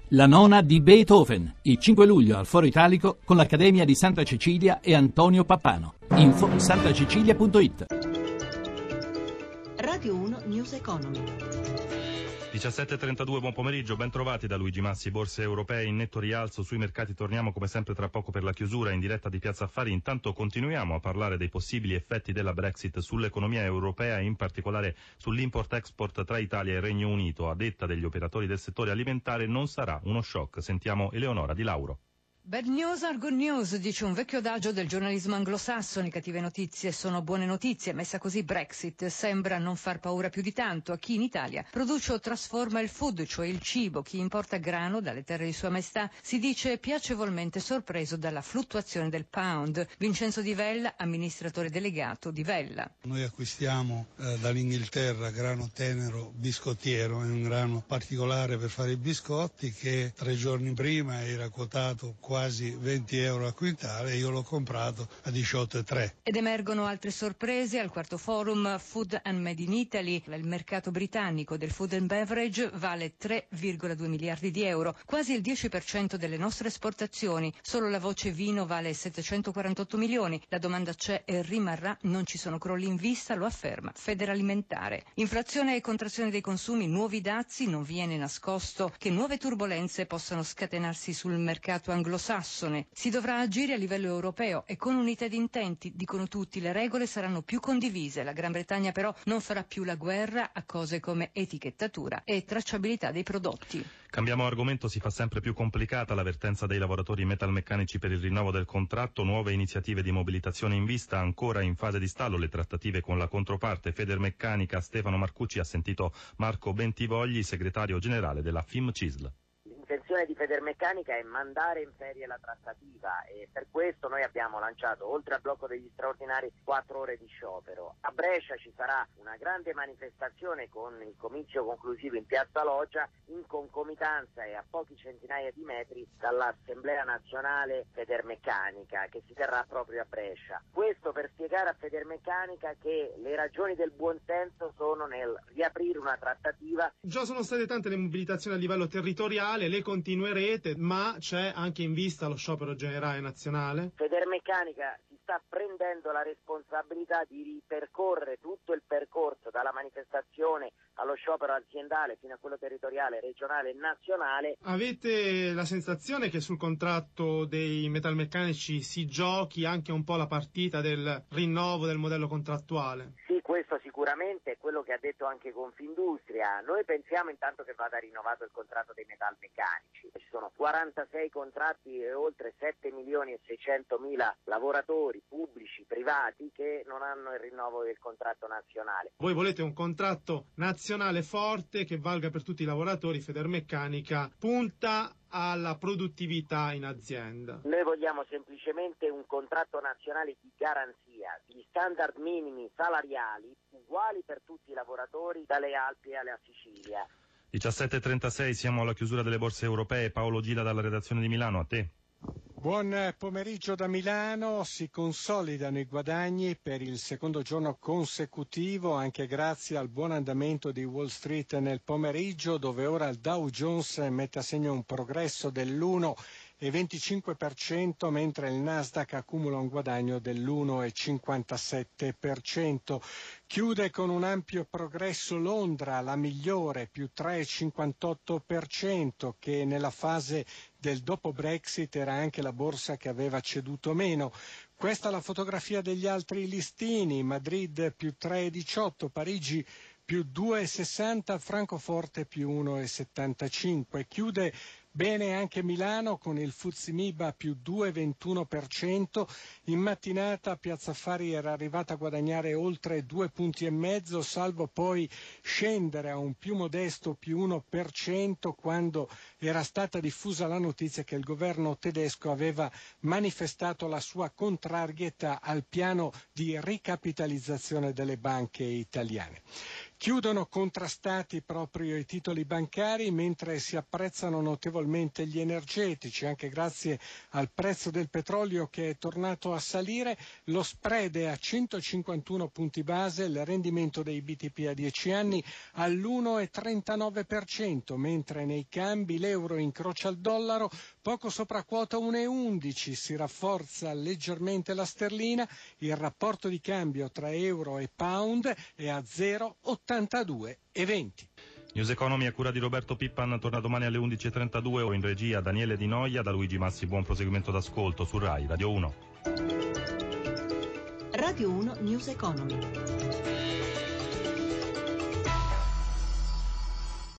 La nona di Beethoven, il 5 luglio al Foro Italico con l'Accademia di Santa Cecilia e Antonio Pappano. Info santacecilia.it. Radio 1 News Economy. 17.32, buon pomeriggio, ben trovati da Luigi Massi. Borse europee in netto rialzo, sui mercati torniamo come sempre tra poco per la chiusura in diretta di Piazza Affari. Intanto continuiamo a parlare dei possibili effetti della Brexit sull'economia europea e in particolare sull'import-export tra Italia e Regno Unito. A detta degli operatori del settore alimentare non sarà uno shock. Sentiamo Eleonora Di Lauro. Bad news are good news, dice un vecchio adagio del giornalismo anglosassone. Cattive notizie sono buone notizie. Messa così, Brexit sembra non far paura più di tanto a chi in Italia produce o trasforma il food, cioè il cibo. Chi importa grano dalle terre di Sua Maestà si dice piacevolmente sorpreso dalla fluttuazione del pound. Vincenzo Di Vella, amministratore delegato di Vella. Noi acquistiamo dall'Inghilterra grano tenero biscottiero, è un grano particolare per fare i biscotti che 3 giorni prima era quotato quasi 20 euro a quintale e io l'ho comprato a 18,3. Ed emergono altre sorprese al quarto forum Food and Made in Italy. Il mercato britannico del food and beverage vale 3,2 miliardi di euro, quasi il 10% delle nostre esportazioni. Solo la voce vino vale 748 milioni. La domanda c'è e rimarrà, non ci sono crolli in vista, lo afferma Federalimentare. Inflazione e contrazione dei consumi, nuovi dazi, non viene nascosto che nuove turbolenze possano scatenarsi sul mercato anglosassone. Si dovrà agire a livello europeo e con unità di intenti, dicono tutti, le regole saranno più condivise. La Gran Bretagna però non farà più la guerra a cose come etichettatura e tracciabilità dei prodotti. Cambiamo argomento, si fa sempre più complicata la vertenza dei lavoratori metalmeccanici per il rinnovo del contratto, nuove iniziative di mobilitazione in vista, ancora in fase di stallo le trattative con la controparte Federmeccanica. Stefano Marcucci ha sentito Marco Bentivogli, segretario generale della FIMCISL. L'intenzione di Federmeccanica è mandare in ferie la trattativa e per questo noi abbiamo lanciato, oltre al blocco degli straordinari, 4 ore di sciopero. A Brescia ci sarà una grande manifestazione con il comizio conclusivo in Piazza Loggia, in concomitanza e a pochi centinaia di metri dall'Assemblea Nazionale Federmeccanica che si terrà proprio a Brescia. Questo per spiegare a Federmeccanica che le ragioni del buonsenso sono nel riaprire una trattativa. Già sono state tante le mobilitazioni a livello territoriale, le continuerete, ma c'è anche in vista lo sciopero generale nazionale? Federmeccanica si sta prendendo la responsabilità di ripercorrere tutto il percorso dalla manifestazione allo sciopero aziendale fino a quello territoriale, regionale e nazionale. Avete la sensazione che sul contratto dei metalmeccanici si giochi anche un po' la partita del rinnovo del modello contrattuale? Sì, questo sicuramente è quello che ha detto anche Confindustria. Noi pensiamo intanto che vada rinnovato il contratto dei metalmeccanici. Ci sono 46 contratti e oltre 7 milioni e 600 mila lavoratori pubblici, privati, che non hanno il rinnovo del contratto nazionale. Voi volete un contratto nazionale forte che valga per tutti i lavoratori. Federmeccanica punta alla produttività in azienda. Noi vogliamo semplicemente un contratto nazionale di garanzia, di standard minimi salariali uguali per tutti i lavoratori dalle Alpi alla Sicilia. 17.36, siamo alla chiusura delle borse europee. Paolo Gila dalla redazione di Milano, a te. Buon pomeriggio da Milano. Si consolidano i guadagni per il secondo giorno consecutivo anche grazie al buon andamento di Wall Street nel pomeriggio, dove ora il Dow Jones mette a segno un progresso dell'1,25%, mentre il Nasdaq accumula un guadagno dell'1,57%. Chiude con un ampio progresso Londra, la migliore, più 3,58%, che nella fase del dopo Brexit era anche la borsa che aveva ceduto meno. Questa è la fotografia degli altri listini: Madrid più 3,18, Parigi più 2,60, Francoforte più 1,75. Chiude bene anche Milano con il FTSE MIB più 2,21%. In mattinata Piazza Affari era arrivata a guadagnare oltre 2,5 punti, salvo poi scendere a un più modesto più 1% quando era stata diffusa la notizia che il governo tedesco aveva manifestato la sua contrarietà al piano di ricapitalizzazione delle banche italiane. Chiudono contrastati proprio i titoli bancari, mentre si apprezzano notevolmente gli energetici, anche grazie al prezzo del petrolio che è tornato a salire. Lo spread è a 151 punti base, il rendimento dei BTP a 10 anni all'1,39%, mentre nei cambi l'euro incrocia il dollaro poco sopra quota 1,11, si rafforza leggermente la sterlina, il rapporto di cambio tra euro e pound è a 0,82,20. News Economy a cura di Roberto Pippan torna domani alle 11.32 o in regia Daniele Di Noia. Da Luigi Massi buon proseguimento d'ascolto su Rai Radio 1. Radio 1 News Economy.